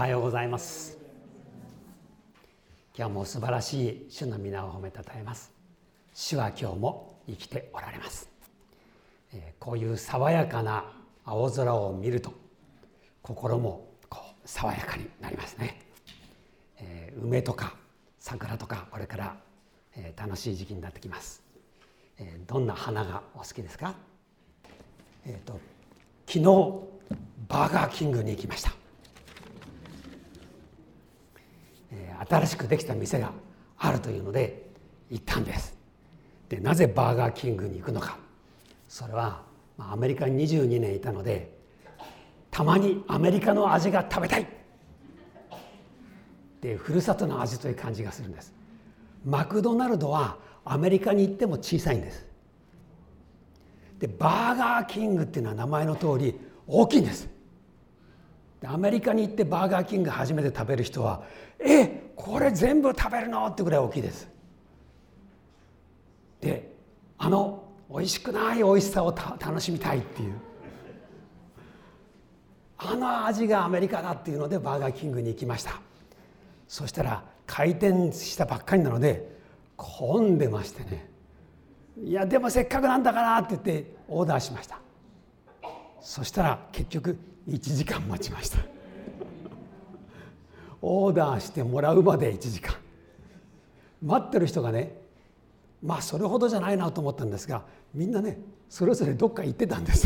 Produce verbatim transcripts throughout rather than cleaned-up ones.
はようございます。今日も素晴らしい主の皆を褒めたたえます。主は今日も生きておられます。えー、こういう爽やかな青空を見ると心もこう爽やかになりますね。えー、梅とか桜とかこれから、えー、楽しい時期になってきます。えー、どんな花がお好きですか？えーと、昨日バーガーキングに行きました。新しくできた店があるというので行ったんです。で、なぜバーガーキングに行くのか。それはアメリカににじゅうにねんいたので、たまにアメリカの味が食べたいで、ふるさとの味という感じがするんです。マクドナルドはアメリカに行っても小さいんです。で、バーガーキングっていうのは名前の通り大きいんです。で、アメリカに行ってバーガーキング初めて食べる人は、えこれ全部食べるのってぐらい大きいです。で、あの美味しくない美味しさを楽しみたいっていう、あの味がアメリカだっていうのでバーガーキングに行きました。そしたら開店したばっかりなので混んでましてね、いやでもせっかくなんだからって言ってオーダーしました。そしたら結局いちじかん待ちました。オーダーしてもらうまでいちじかん待ってる人がね、まあそれほどじゃないなと思ったんですが、みんなねそれぞれどっか行ってたんです。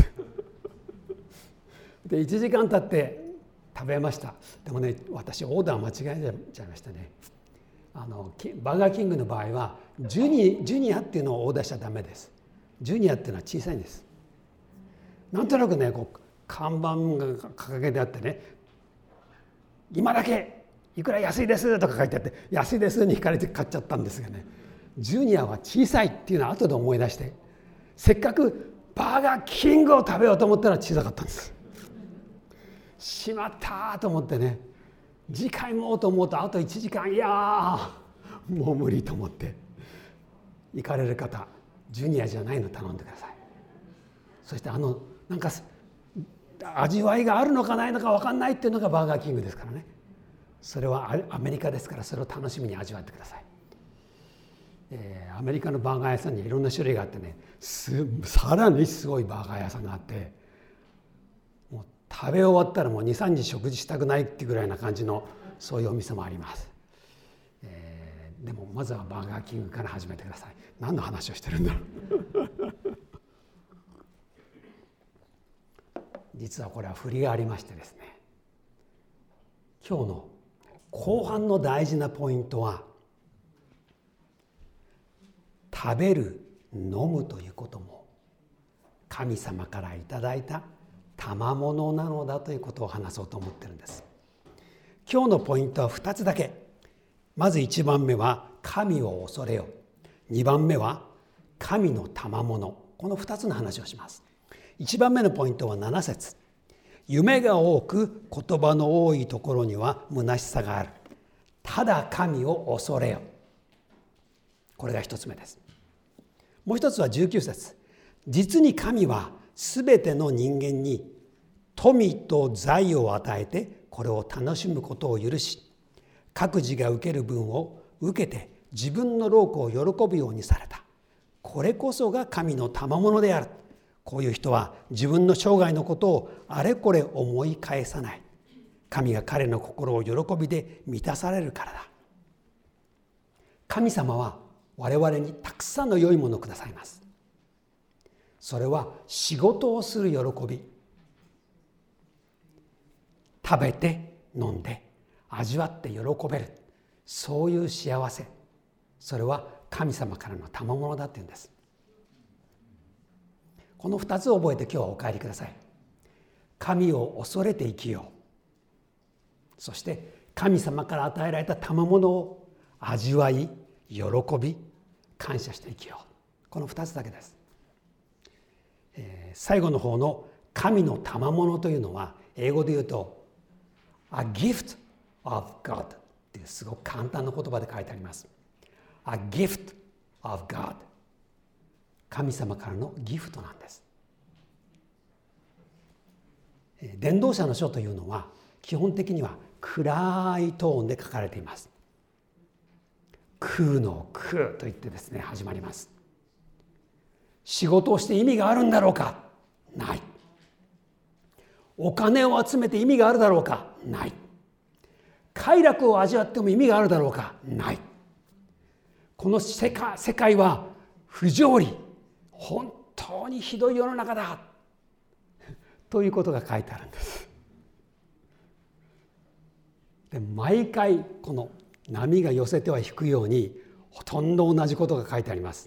でいちじかん経って食べました。でもね、私オーダー間違えちゃいましたね。あのバーガーキングの場合はジュニ、ジュニアっていうのをオーダーしちゃダメです。ジュニアっていうのは小さいんです。なんとなくね、こう看板が掲げてあってね、今だけいくら安いですとか書いてあって、安いですに惹かれて買っちゃったんですがね、ジュニアは小さいっていうのは後で思い出して、せっかくバーガーキングを食べようと思ったら小さかったんです。しまったと思ってね、次回もと思うとあといちじかん、いやもう無理と思って、行かれる方ジュニアじゃないの頼んでください。そしてあのなんか味わいがあるのかないのか分かんないっていうのがバーガーキングですからね。それはアメリカですから、それを楽しみに味わってください。えー、アメリカのバーガー屋さんにいろんな種類があってね、すさらにすごいバーガー屋さんがあって、もう食べ終わったらもうにさんにち食事したくないっていうぐらいな感じの、そういうお店もあります。えー、でもまずはバーガーキングから始めてください。何の話をしてるんだろう。実はこれは振りがありましてですね、今日の後半の大事なポイントは、食べる飲むということも神様からいただいた賜物なのだということを話そうと思ってるんです。今日のポイントはふたつだけ。まずいちばんめは神を恐れよ。にばんめは神の賜物。このふたつの話をします。いちばんめのポイントはなな節。夢が多く言葉の多いところには虚しさがある。ただ神を恐れよ。これが一つ目です。もう一つはじゅうきゅう節。実に神はすべての人間に富と財を与えて、これを楽しむことを許し、各自が受ける分を受けて自分の労苦を喜ぶようにされた。これこそが神の賜物である。こういう人は自分の生涯のことをあれこれ思い返さない。神が彼の心を喜びで満たされるからだ。神様は我々にたくさんの良いものをくださいます。それは仕事をする喜び、食べて飲んで味わって喜べる、そういう幸せ、それは神様からの賜物だっていうんです。このふたつを覚えて今日はお帰りください。神を恐れて生きよう。そして神様から与えられた賜物を味わい、喜び、感謝して生きよう。このふたつだけです。えー、最後の方の神の賜物というのは英語で言うと A gift of God っていうすごく簡単な言葉で書いてあります。A gift of God。神様からのギフトなんです。伝道者の書というのは基本的には暗いトーンで書かれています。空の空と言ってですね始まります。仕事をして意味があるんだろうか、ない。お金を集めて意味があるだろうか、ない。快楽を味わっても意味があるだろうか、ない。この世界、世界は不条理、本当にひどい世の中だということが書いてあるんです。で毎回この波が寄せては引くようにほとんど同じことが書いてあります。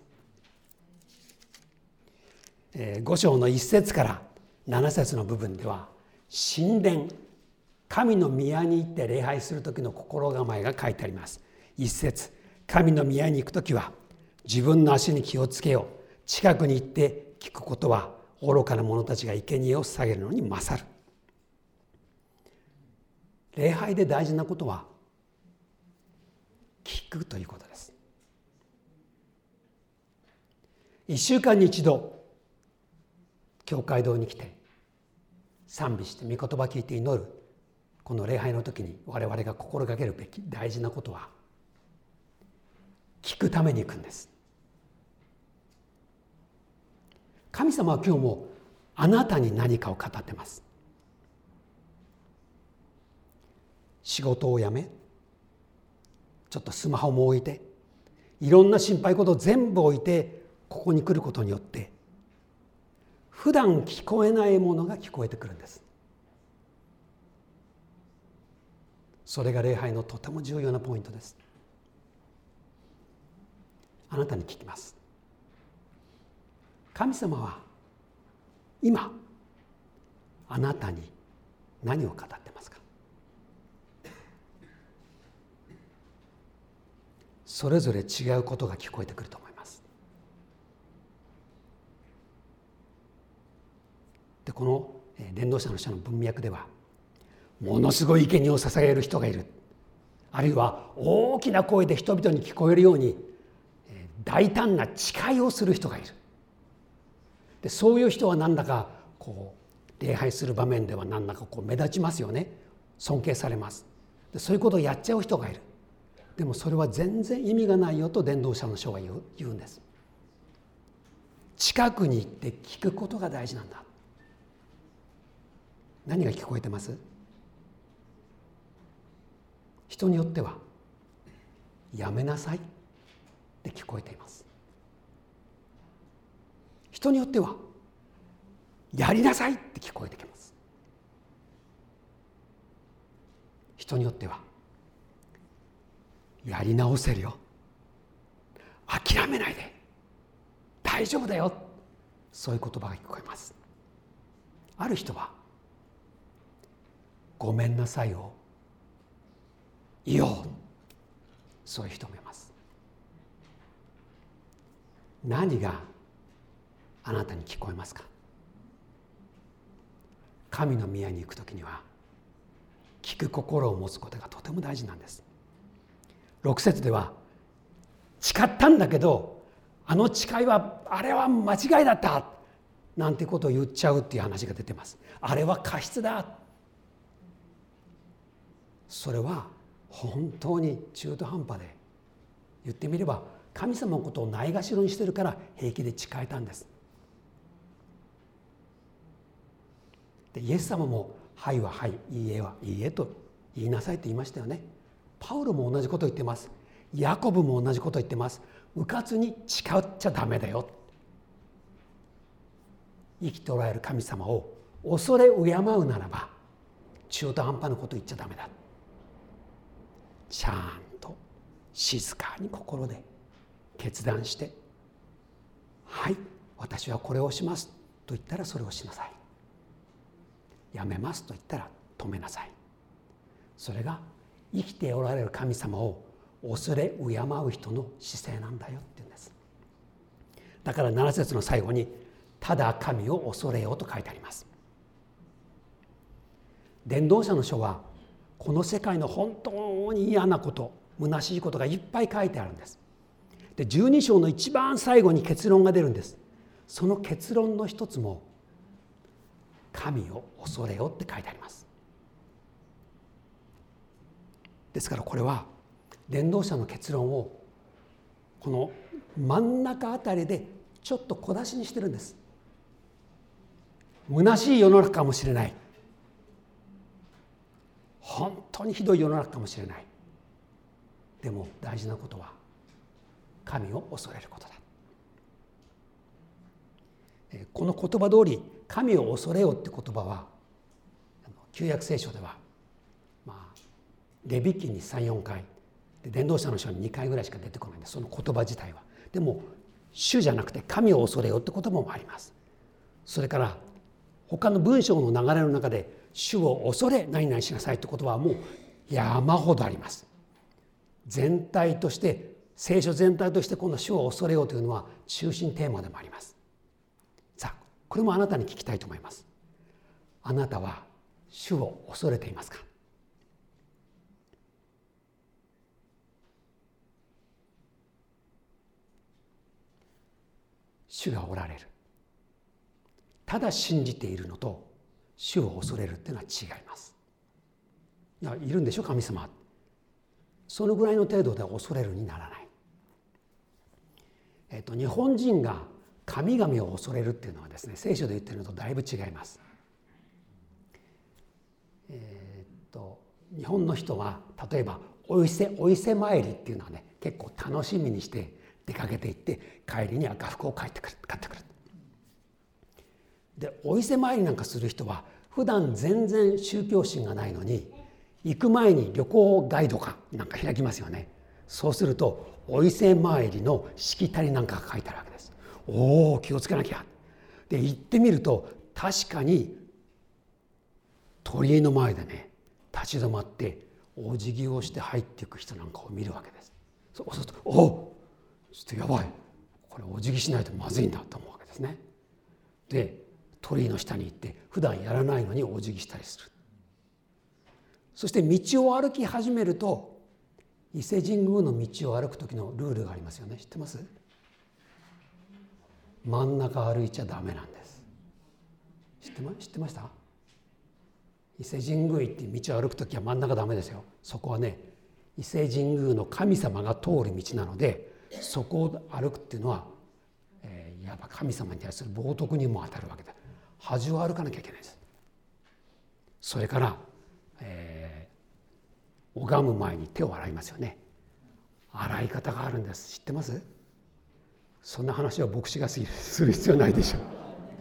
ご章のいっ節からなな節の部分では神殿、神の宮に行って礼拝する時の心構えが書いてあります。いっ節、神の宮に行く時は自分の足に気をつけよう。近くに行って聞くことは愚かな者たちが生贄を捧げるのに勝る。礼拝で大事なことは聞くということです。一週間に一度教会堂に来て賛美して御言葉聞いて祈る、この礼拝の時に我々が心がけるべき大事なことは聞くために行くんです。神様は今日もあなたに何かを語ってます。仕事を辞め、ちょっとスマホも置いて、いろんな心配事を全部置いてここに来ることによって普段聞こえないものが聞こえてくるんです。それが礼拝のとても重要なポイントです。あなたに聞きます。神様は今あなたに何を語ってますか？それぞれ違うことが聞こえてくると思います。でこの伝道者の書の文脈ではものすごい生贄を捧げる人がいる、あるいは大きな声で人々に聞こえるように大胆な誓いをする人がいる。でそういう人は何だかこう礼拝する場面では何だかこう目立ちますよね。尊敬されます。でそういうことをやっちゃう人がいる。でもそれは全然意味がないよと伝道者の書は言う、言うんです。近くに行って聞くことが大事なんだ。何が聞こえてます？人によってはやめなさいって聞こえています。人によってはやりなさいって聞こえてきます。人によってはやり直せるよ、諦めないで大丈夫だよ、そういう言葉が聞こえます。ある人はごめんなさいを言おう、そういう人もいます。何があなたに聞こえますか？神の宮に行くときには聞く心を持つことがとても大事なんです。ろく節では誓ったんだけどあの誓いはあれは間違いだったなんてことを言っちゃうっていう話が出てます。あれは過失だ、それは本当に中途半端で、言ってみれば神様のことをないがしろにしてるから平気で誓えたんです。でイエス様もはいははい、いいえはいいえと言いなさいと言いましたよね。パウロも同じことを言ってます。ヤコブも同じことを言ってます。うかつに誓っちゃダメだよ。生きておられる神様を恐れ敬うならば中途半端なこと言っちゃダメだ。ちゃんと静かに心で決断して、はい私はこれをしますと言ったらそれをしなさい、やめますと言ったら止めなさい。それが生きておられる神様を恐れ敬う人の姿勢なんだよって言うんです。だからなな節の最後にただ神を恐れようと書いてあります。伝道者の書はこの世界の本当に嫌なこと、虚しいことがいっぱい書いてあるんです。でじゅうに章の一番最後に結論が出るんです。その結論の一つも神を恐れよって書いてあります。 ですからこれは伝道者の結論をこの真ん中あたりでちょっと小出しにしてるんです。虚しい世の中かもしれない、本当にひどい世の中かもしれない、でも大事なことは神を恐れることだ。この言葉通り神を恐れようって言葉は旧約聖書では、まあ、レビ記にさん、よんかいで伝道者の書ににかいぐらいしか出てこないんです、その言葉自体は。でも主じゃなくて神を恐れようって言葉もあります。それから他の文章の流れの中で主を恐れ何々しなさいって言葉はもう山ほどあります。全体として聖書全体としてこの主を恐れようというのは中心テーマでもあります。さあこれもあなたに聞きたいと思います。あなたは主を恐れていますか？主がおられる、ただ信じているのと主を恐れるっていうのは違います。いや、いるんでしょ神様、そのぐらいの程度では恐れるにならない。えっと日本人が神々を恐れるっていうのはですね、聖書で言ってるのとだいぶ違います。えっと日本の人は例えばお伊勢お伊勢参りっていうのはね、結構楽しみにして出かけていって帰りに赤服を買ってくる買ってくる。でお伊勢参りなんかする人は普段全然宗教心がないのに行く前に旅行ガイドかなんか開きますよね。そうするとお伊勢参りのしきたりなんかが書いてあるわけです。おお、気をつけなきゃ。で行ってみると確かに鳥居の前でね立ち止まってお辞儀をして入っていく人なんかを見るわけです。そうするとおお、ちょっとやばい、これお辞儀しないとまずいんだと思うわけですね。で鳥居の下に行って普段やらないのにお辞儀したりする。そして道を歩き始めると伊勢神宮の道を歩く時のルールがありますよね。知ってます？真ん中歩いちゃダメなんです。知ってま、知ってました？伊勢神宮行って道を歩く時は真ん中ダメですよ。そこはね伊勢神宮の神様が通る道なので、そこを歩くっていうのは、えー、いわば神様に対する冒涜にも当たるわけで、端を歩かなきゃいけないです。それから、えー、拝む前に手を洗いますよね。洗い方があるんです。知ってます？そんな話は牧師がする必要ないでしょう。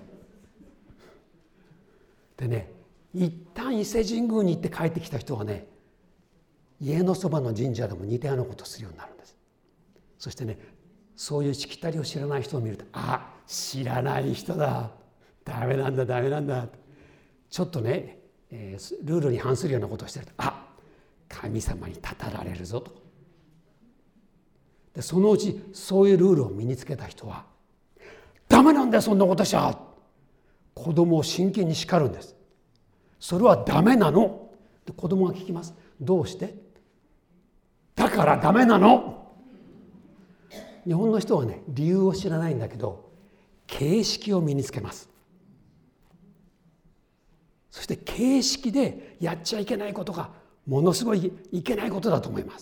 でね、一旦伊勢神宮に行って帰ってきた人はね、家のそばの神社でも似たようなことをするようになるんです。そしてね、そういうしきたりを知らない人を見ると、あ、知らない人だ、ダメなんだダメなんだ、ちょっとね、えー、ルールに反するようなことをしてると、あ、神様にたたられるぞと。でそのうちそういうルールを身につけた人は、ダメなんだよそんなことしちゃ、子供を真剣に叱るんです。それはダメなの。で子供が聞きます。どうして？だからダメなの。日本の人はね、理由を知らないんだけど形式を身につけます。そして形式でやっちゃいけないことがものすごいいけないことだと思います。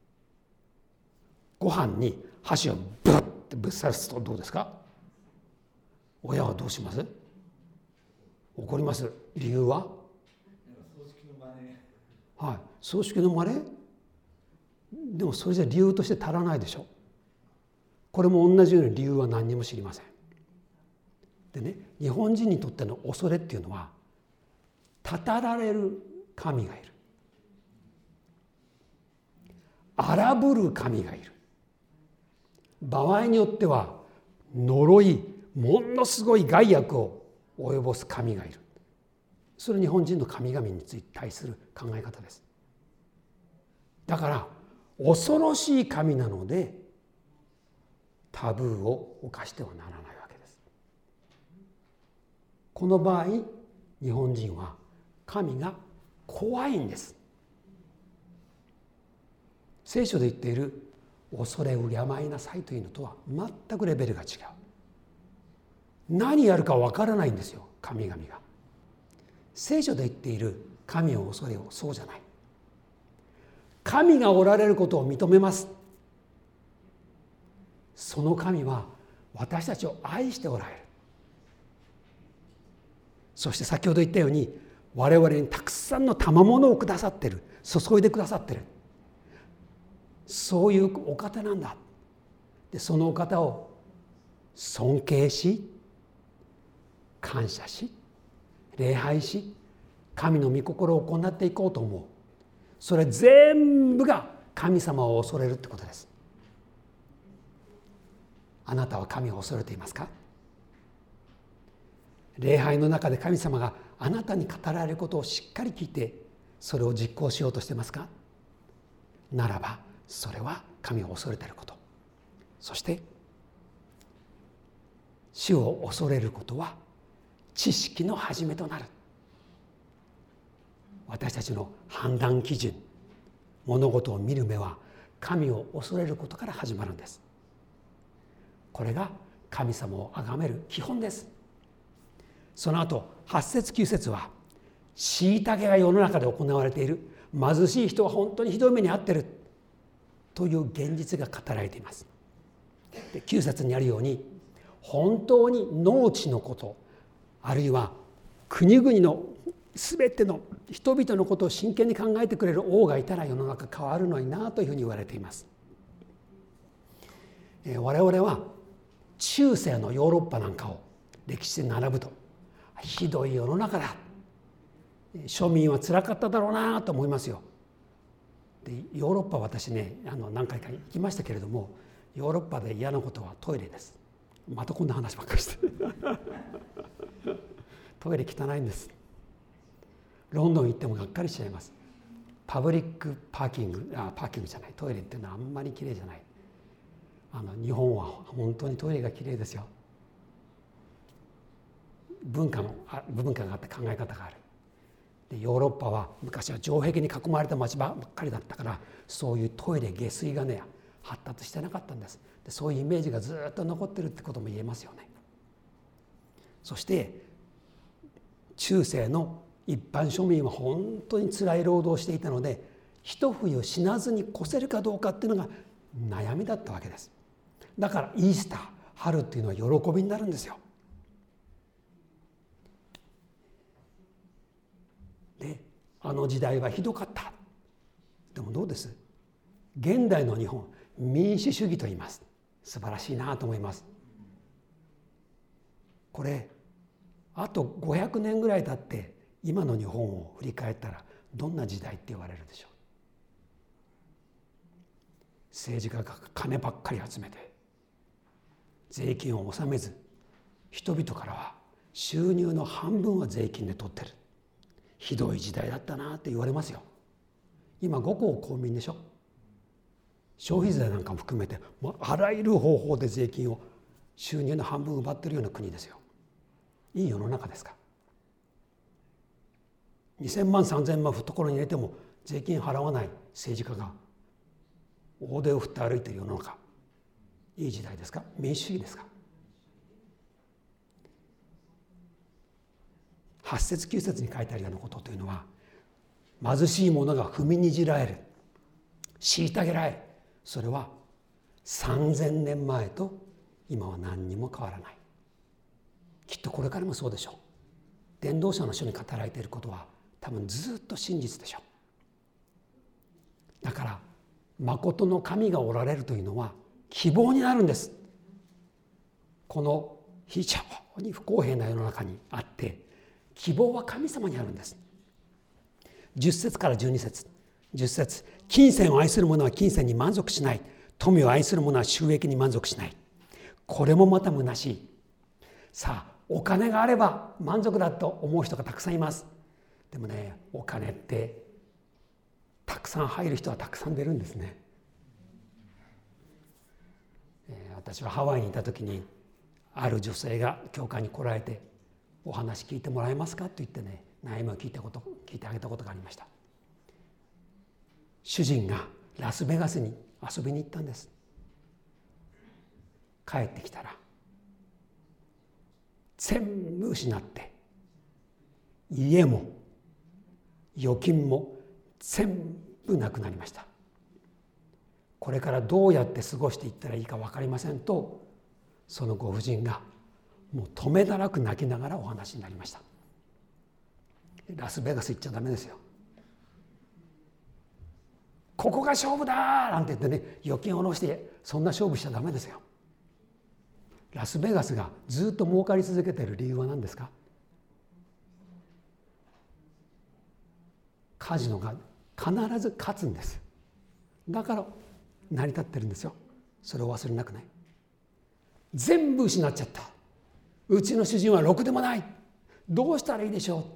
ご飯に箸をブッてぶっ刺すとどうですか？親はどうします？怒ります。理由は？ 葬式の真似。 はい、葬式の真似？でもそれじゃ理由として足らないでしょ。これも同じように理由は何にも知りません。でね、日本人にとっての恐れっていうのは、たたられる神がいる、荒ぶる神がいる、場合によっては呪い、ものすごい害悪を及ぼす神がいる。それは日本人の神々に対する考え方です。だから恐ろしい神なのでタブーを犯してはならないわけです。この場合日本人は神が怖いんです。聖書で言っている恐れ敬いなさいというのとは全くレベルが違う。何やるかわからないんですよ、神々が。聖書で言っている神を恐れよう、そうじゃない。 神がおられることを認めます。その神は私たちを愛しておられる。そして先ほど言ったように、我々にたくさんの賜物をくださっている、注いでくださっている、そういうお方なんだ。でそのお方を尊敬し、感謝し、礼拝し、神の御心を行っていこうと思う。それ全部が神様を恐れるってことです。あなたは神を恐れていますか？礼拝の中で神様があなたに語られることをしっかり聞いて、それを実行しようとしてますか？ならばそれは神を恐れていること。そして主を恐れることは知識の始めとなる。私たちの判断基準、物事を見る目は神を恐れることから始まるんです。これが神様を崇める基本です。その後はち節きゅう節は、虐げが世の中で行われている、貧しい人は本当にひどい目に遭っているという現実が語られています。できゅう節にあるように、本当に農地のこと、あるいは国々のすべての人々のことを真剣に考えてくれる王がいたら世の中変わるのになというふうに言われています。我々は中世のヨーロッパなんかを歴史で並ぶと、ひどい世の中だ、庶民はつらかっただろうなと思いますよ。でヨーロッパ、私ねあの何回か行きましたけれども、ヨーロッパで嫌なことはトイレです。またこんな話ばっかりしてトイレ汚いんです。ロンドン行ってもがっかりしちゃいます。パブリックパーキングあパーキングじゃない、トイレっていうのはあんまりきれいじゃない。あの日本は本当にトイレがきれいですよ。文化の文化があって考え方がある。でヨーロッパは昔は城壁に囲まれた町ばっかりだったから、そういうトイレ下水がね発達してなかったんです。でそういうイメージがずっと残ってるってことも言えますよね。そして中世の一般庶民は本当に辛い労働をしていたので、一冬死なずに越せるかどうかっていうのが悩みだったわけです。だからイースター、春っていうのは喜びになるんですよ。であの時代はひどかった。でもどうです？現代の日本、民主主義と言います。素晴らしいなと思います。これあとごひゃくねんぐらい経って今の日本を振り返ったらどんな時代って言われるでしょう。政治家が金ばっかり集めて税金を納めず、人々からは収入の半分は税金で取ってる。ひどい時代だったなって言われますよ。今五公公民でしょ。消費税なんかも含めてもうあらゆる方法で税金を収入の半分奪ってるような国ですよ。いい世の中ですか？にせんまんさんぜんまん懐に入れても税金払わない政治家が大手を振って歩いている世の中、いい時代ですか？民主主義ですか？はち節きゅう節に書いてあるようなことというのは、貧しい者が踏みにじられる、虐げられる、それはさんぜんねんまえと今は何にも変わらない。きっとこれからもそうでしょう。伝道者の書に語られていることは多分ずっと真実でしょう。だから誠の神がおられるというのは希望になるんです。この非常に不公平な世の中にあって希望は神様にあるんです。じゅっ節からじゅうに節、じゅっ節、金銭を愛する者は金銭に満足しない、富を愛する者は収益に満足しない。これもまた虚しい。さあお金があれば満足だと思う人がたくさんいます。でもね、お金ってたくさん入る人はたくさん出るんですね。えー、私はハワイにいた時にある女性が教会に来られて、お話聞いてもらえますかと言ってね、悩みを聞いたこと聞いてあげたことがありました。主人がラスベガスに遊びに行ったんです。帰ってきたら全部失って、家も預金も全部なくなりました。 これからどうやって過ごしていったらいいか分かりませんと、そのご婦人がもう止めだらく泣きながらお話になりました。ラスベガス行っちゃダメですよ。ここが勝負だなんて言ってね、預金を下ろしてそんな勝負しちゃダメですよ。ラスベガスがずっと儲かり続けている理由は何ですか？カジノが必ず勝つんです。だから成り立ってるんですよ。それを忘れなくない。全部失っちゃった。うちの主人はろくでもない。どうしたらいいでしょう。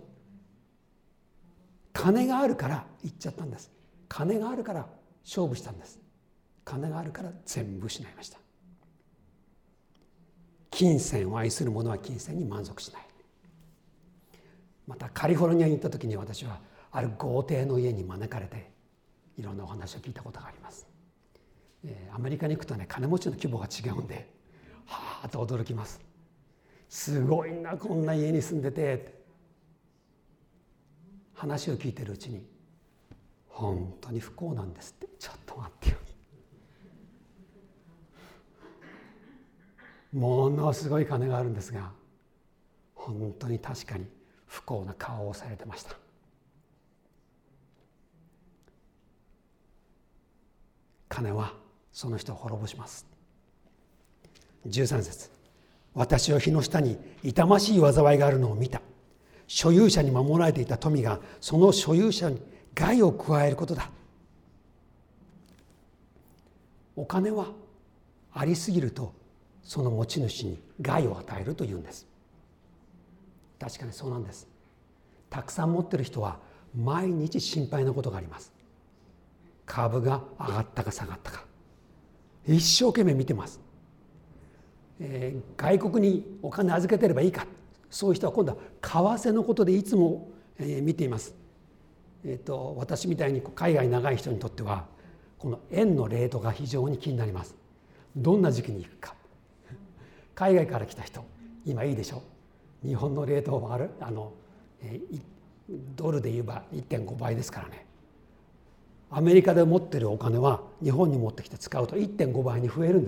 金があるから行っちゃったんです。金があるから勝負したんです。金があるから全部失いました。金銭を愛する者は金銭に満足しない。またカリフォルニアに行った時に、私はある豪邸の家に招かれていろんなお話を聞いたことがあります。えー、アメリカに行くとね、金持ちの規模が違うんで、はあと驚きます。すごいな、こんな家に住んでてって話を聞いてるうちに、本当に不幸なんですって。ちょっと待ってよ、ものすごい金があるんですが、本当に確かに不幸な顔をされてました。金はその人を滅ぼします。じゅうさん節、私は日の下に痛ましい災いがあるのを見た。所有者に守られていた富がその所有者に害を加えることだ。お金はありすぎるとその持ち主に害を与えるというんです。確かにそうなんです。たくさん持ってる人は毎日心配なことがあります。株が上がったか下がったか、一生懸命見てます。えー、外国にお金預けてればいいか、そういう人は今度は為替のことでいつも、えー、見ています。えーと、私みたいに海外長い人にとってはこの円のレートが非常に気になります。どんな時期に行くか。海外から来た人、今いいでしょ。日本のレートはあるあの、えー、ドルで言えば いってんごばいですからね。アメリカで持ってるお金は日本に持ってきて使うと いってんごばいに増えるんです。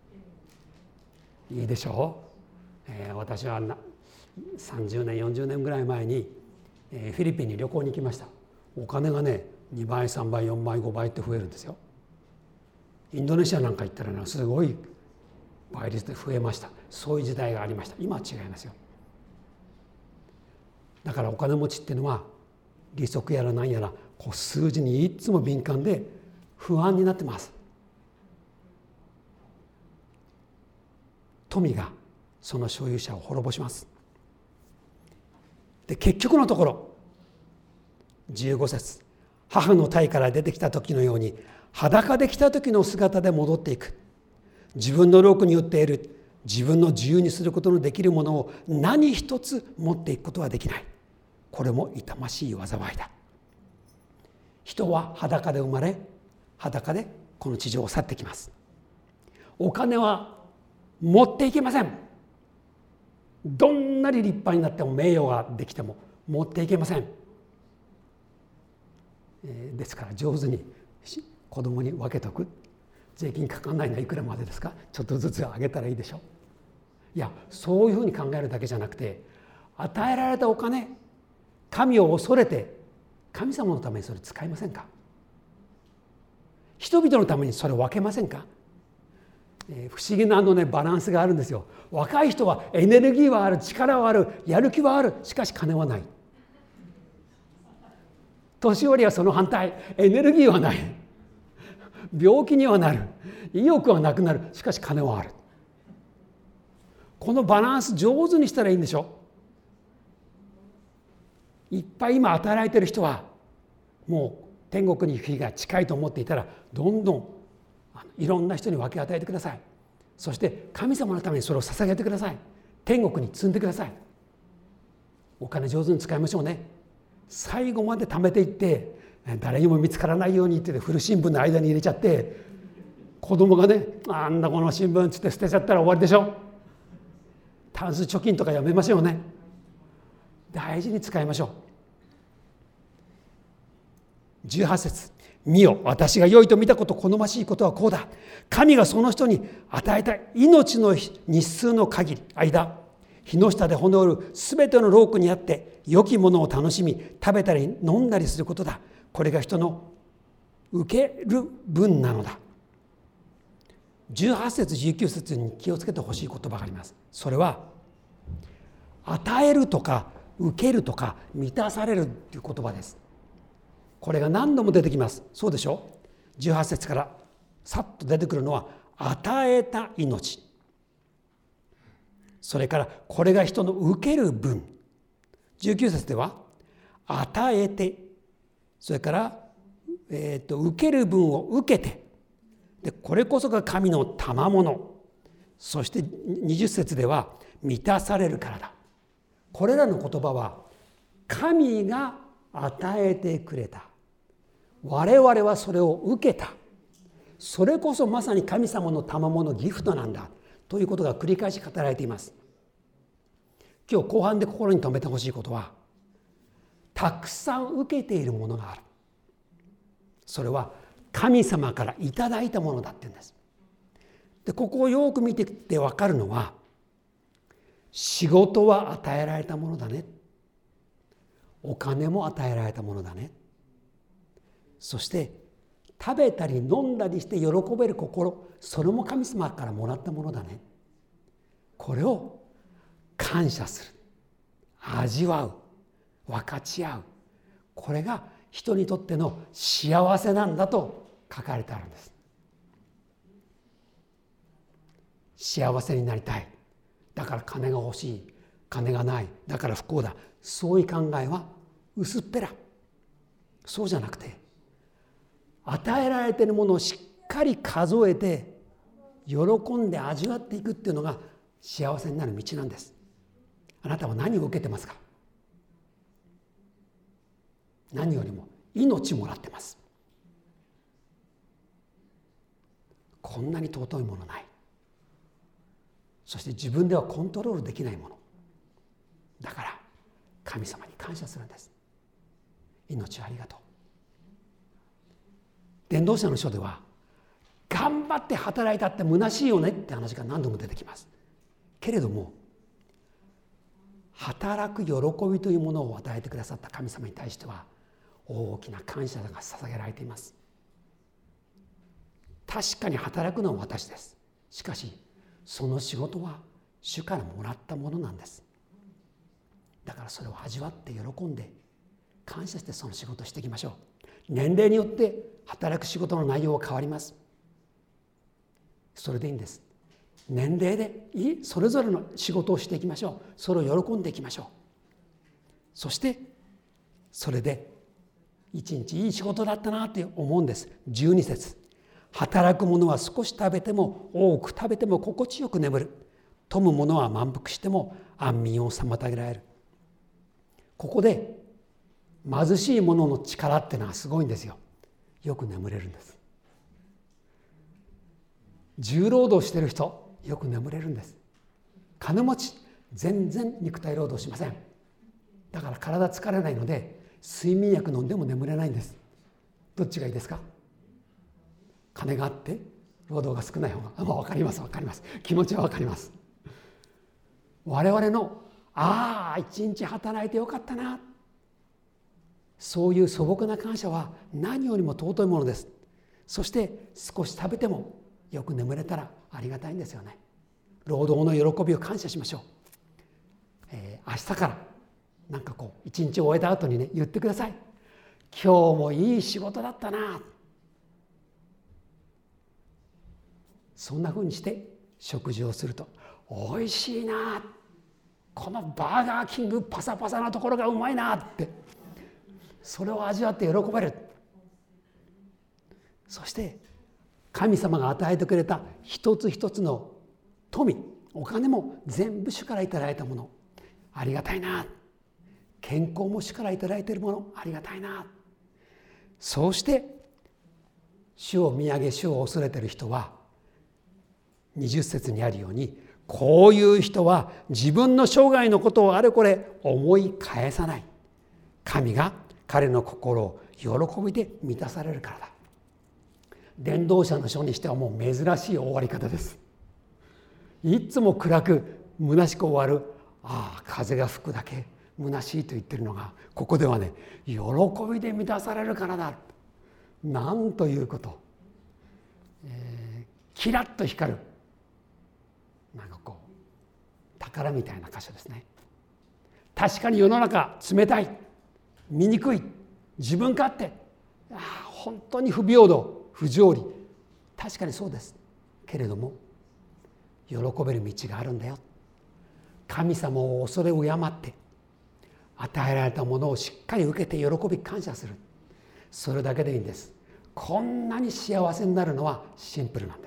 いいでしょう。えー、私はさんじゅうねんよんじゅうねんぐらい前に、えー、フィリピンに旅行に行きました。お金がねにばいさんばいよんばいごばいって増えるんですよ。インドネシアなんか行ったら、ね、すごい倍率で増えました。そういう時代がありました。今は違いますよ。だからお金持ちっていうのは利息やら何やらこう数字にいつも敏感で不安になってます。富がその所有者を滅ぼします。で、結局のところじゅうご節、母の胎から出てきた時のように裸で来た時の姿で戻っていく。自分の労苦によって得る自分の自由にすることのできるものを何一つ持っていくことはできない。これも痛ましい災いだ。人は裸で生まれ、裸でこの地上を去ってきます。お金は持っていけません。どんなに立派になっても名誉ができても持っていけません。えー、ですから上手に子供に分けとく。税金かかんないのはいくらまでですか。ちょっとずつあげたらいいでしょう。いや、そういうふうに考えるだけじゃなくて、与えられたお金、神を恐れて神様のためにそれ使いませんか。人々のためにそれを分けませんか。えー、不思議なあのねバランスがあるんですよ。若い人はエネルギーはある、力はある、やる気はある、しかし金はない。年寄りはその反対、エネルギーはない、病気にはなる、意欲はなくなる、しかし金はある。このバランス上手にしたらいいんでしょ。いっぱい今与えられている人はもう天国に行く日が近いと思っていたら、どんどんいろんな人に分け与えてください。そして神様のためにそれを捧げてください。天国に積んでください。お金上手に使いましょうね。最後まで貯めていって、誰にも見つからないようにって古新聞の間に入れちゃって、子供がね、あんなこの新聞つって捨てちゃったら終わりでしょ。タンス貯金とかやめましょうね。大事に使いましょう。じゅうはち節、 見よ、私が良いと見たこと、好ましいことはこうだ。神がその人に与えた命の日数の限り間、日の下で骨折るすべての労苦にあって良きものを楽しみ食べたり飲んだりすることだ。これが人の受ける分なのだ。じゅうはち節じゅうきゅう節に気をつけてほしい言葉があります。それは与えるとか受けるとか満たされるという言葉です。これが何度も出てきます。そうでしょ。じゅうはち節からさっと出てくるのは与えた命、それからこれが人の受ける分。じゅうきゅう節では与えて、それから、えー、と受ける分を受けて、でこれこそが神の賜物。そしてにじゅう節では満たされるからだ。これらの言葉は神が与えてくれた、我々はそれを受けた、それこそまさに神様の賜物、ギフトなんだということが繰り返し語られています。今日後半で心に留めてほしいことは、たくさん受けているものがある。それは神様からいただいたものだって言うんです。でここをよく見てきて分かるのは、仕事は与えられたものだね、お金も与えられたものだね、そして食べたり飲んだりして喜べる心、それも神様からもらったものだね。これを感謝する、味わう、分かち合う、これが人にとっての幸せなんだと書かれてあるんです。幸せになりたい、だから金が欲しい、金がない、だから不幸だ、そういう考えは薄っぺら。そうじゃなくて、与えられているものをしっかり数えて喜んで味わっていくっていうのが幸せになる道なんです。あなたは何を受けてますか？何よりも命もらってます。こんなに尊いものない。そして自分ではコントロールできないものだから神様に感謝するんです。命をありがとう。伝道者の書では、頑張って働いたって虚しいよねって話が何度も出てきます。けれども、働く喜びというものを与えてくださった神様に対しては大きな感謝が捧げられています。確かに働くのは私です。しかしその仕事は主からもらったものなんです。だからそれを味わって喜んで感謝してその仕事をしていきましょう。年齢によって働く仕事の内容は変わります。それでいいんです。年齢でいいそれぞれの仕事をしていきましょう。それを喜んでいきましょう。そしてそれで一日いい仕事だったなって思うんです。じゅうに節、働く者は少し食べても多く食べても心地よく眠る。富む者は満腹しても安眠を妨げられる。ここで貧しい者の力ってのはすごいんですよ。よく眠れるんです。重労働してる人よく眠れるんです。金持ち全然肉体労働しません。だから体疲れないので睡眠薬飲んでも眠れないんです。どっちがいいですか？金があって労働が少ない方が、あ、まあ、分かります分かります気持ちは分かります。我々のああ一日働いてよかったな、そういう素朴な感謝は何よりも尊いものです。そして少し食べてもよく眠れたらありがたいんですよね。労働の喜びを感謝しましょう。えー、明日からなんかこう一日終えた後にね言ってください。今日もいい仕事だったな。そんなふうにして食事をするとおいしいな、このバーガーキングパサパサなところがうまいなって、それを味わって喜べる。そして神様が与えてくれた一つ一つの富、お金も全部主からいただいたもの、ありがたいな。健康も主からいただいているもの、ありがたいな。そうして主を見上げ主を恐れている人はにじゅう節にあるように、こういう人は自分の生涯のことをあれこれ思い返さない。神が彼の心を喜びで満たされるからだ。 伝道者の書にしてはもう珍しい終わり方です。いつも暗く虚しく終わる、ああ風が吹くだけ虚しいと言ってるのが、ここではね、喜びで満たされるからだ。なんということ、えー、キラッと光るなんかこう宝みたいな箇所ですね。確かに世の中冷たい、醜い、自分勝手、ああ本当に不平等、不条理、確かにそうです。けれども喜べる道があるんだよ。神様を恐れ敬って与えられたものをしっかり受けて喜び感謝する、それだけでいいんです。こんなに幸せになるのはシンプルなんです。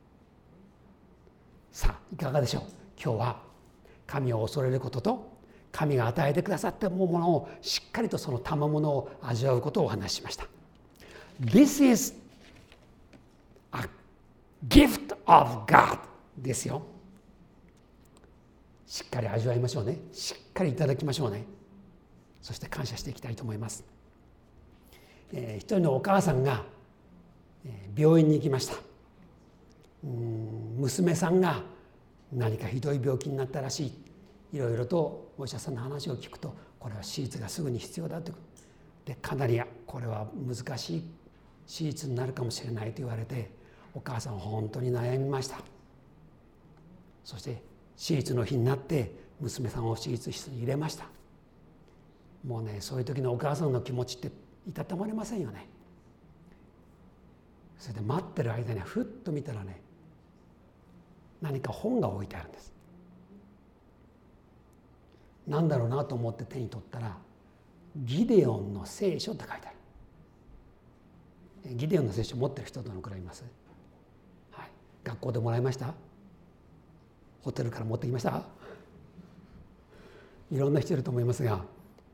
さあいかがでしょう。今日は神を恐れることと神が与えてくださったものをしっかりとその賜物を味わうことをお話ししました。 This is a gift of God ですよ。しっかり味わいましょうね。しっかりいただきましょうね。そして感謝していきたいと思います。えー、一人のお母さんが、えー、病院に行きました。うーん娘さんが何かひどい病気になったらしい。いろいろとお医者さんの話を聞くと、これは手術がすぐに必要だと。でかなりこれは難しい手術になるかもしれないと言われて、お母さんは本当に悩みました。そして手術の日になって娘さんを手術室に入れました。もうね、そういう時のお母さんの気持ちっていたたまれませんよね。それで待ってる間にふっと見たらね、何か本が置いてあるんです。なんだろうなと思って手に取ったら、ギデオンの聖書って書いてある。ギデオンの聖書持ってる人どのくらいいます？はい、学校でもらいました？ホテルから持ってきました？いろんな人いると思いますが、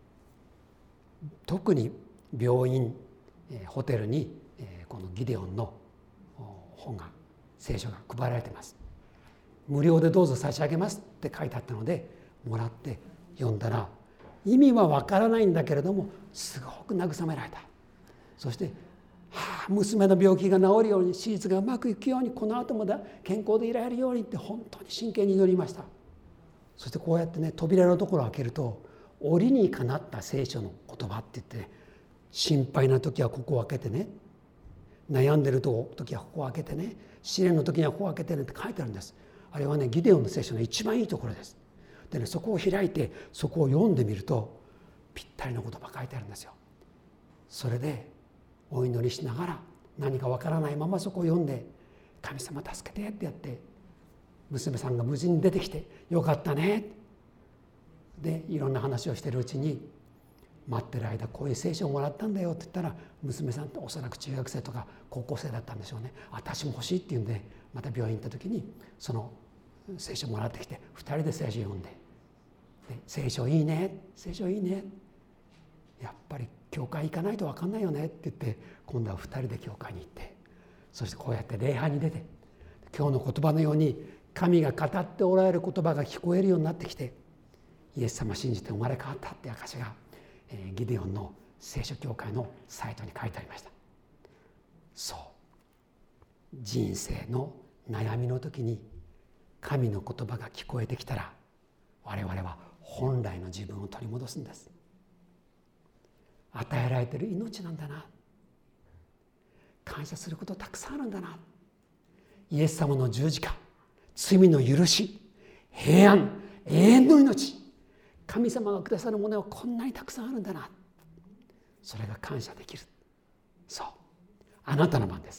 特に病院、ホテルにこのギデオンの本が、聖書が配られています。無料でどうぞ差し上げますって書いてあったので、もらって読んだら、意味はわからないんだけれどもすごく慰められた。そして、はあ、娘の病気が治るように、手術がうまくいくように、この後もだ健康でいられるようにって本当に真剣に祈りました。そしてこうやってね、扉のところを開けると、折にかなった聖書の言葉って言って、ね、心配な時はここを開けてね、悩んでる時はここを開けてね、試練の時にはここを開けてねって書いてあるんです。あれはね、ギデオンの聖書の一番いいところです。でね、そこを開いてそこを読んでみると、ぴったりの言葉書いてあるんですよ。それでお祈りしながら、何かわからないままそこを読んで、神様助けてってやって、娘さんが無事に出てきて、よかったねでいろんな話をしているうちに、待ってる間こういう聖書をもらったんだよって言ったら、娘さんっておそらく中学生とか高校生だったんでしょうね。私も欲しいって言うんで、また病院行った時にその聖書をもらってきて、ふたりで聖書を読んで、で聖書いいね、聖書いいね、やっぱり教会行かないと分かんないよねって言って、今度はふたりで教会に行って、そしてこうやって礼拝に出て、今日の言葉のように神が語っておられる言葉が聞こえるようになってきて、イエス様信じて生まれ変わったって証が、えー、ギデオンの聖書教会のサイトに書いてありました。そう、人生の悩みの時に神の言葉が聞こえてきたら、我々は本来の自分を取り戻すんです。与えられている命なんだな、感謝することたくさんあるんだな、イエス様の十字架、罪の許し、平安、永遠の命、神様がくださるものはこんなにたくさんあるんだな、それが感謝できる。そう、あなたの番です。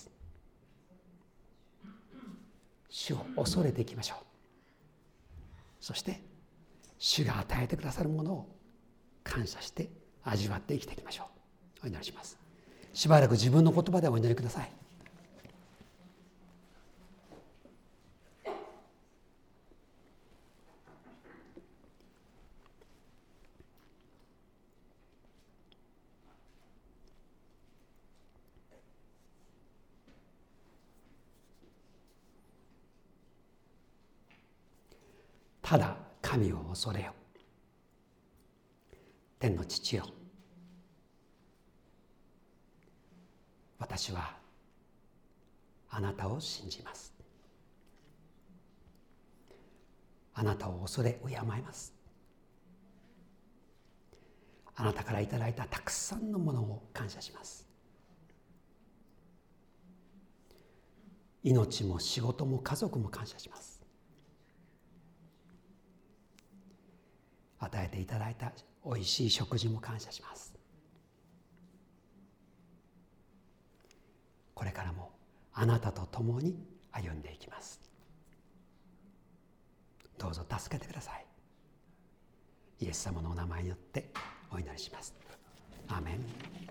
主を恐れていきましょう。そして主が与えてくださるものを感謝して味わって生きていきましょう。お祈りします。しばらく自分の言葉でお祈りください。ただ神を恐れよ。天の父よ、私はあなたを信じます。あなたを恐れ敬います。あなたからいただいたたくさんのものを感謝します。命も仕事も家族も感謝します。与えていただいたおいしい食事も感謝します。これからもあなたと共に歩んでいきます。どうぞ助けてください。イエス様のお名前によってお祈りします。アーメン。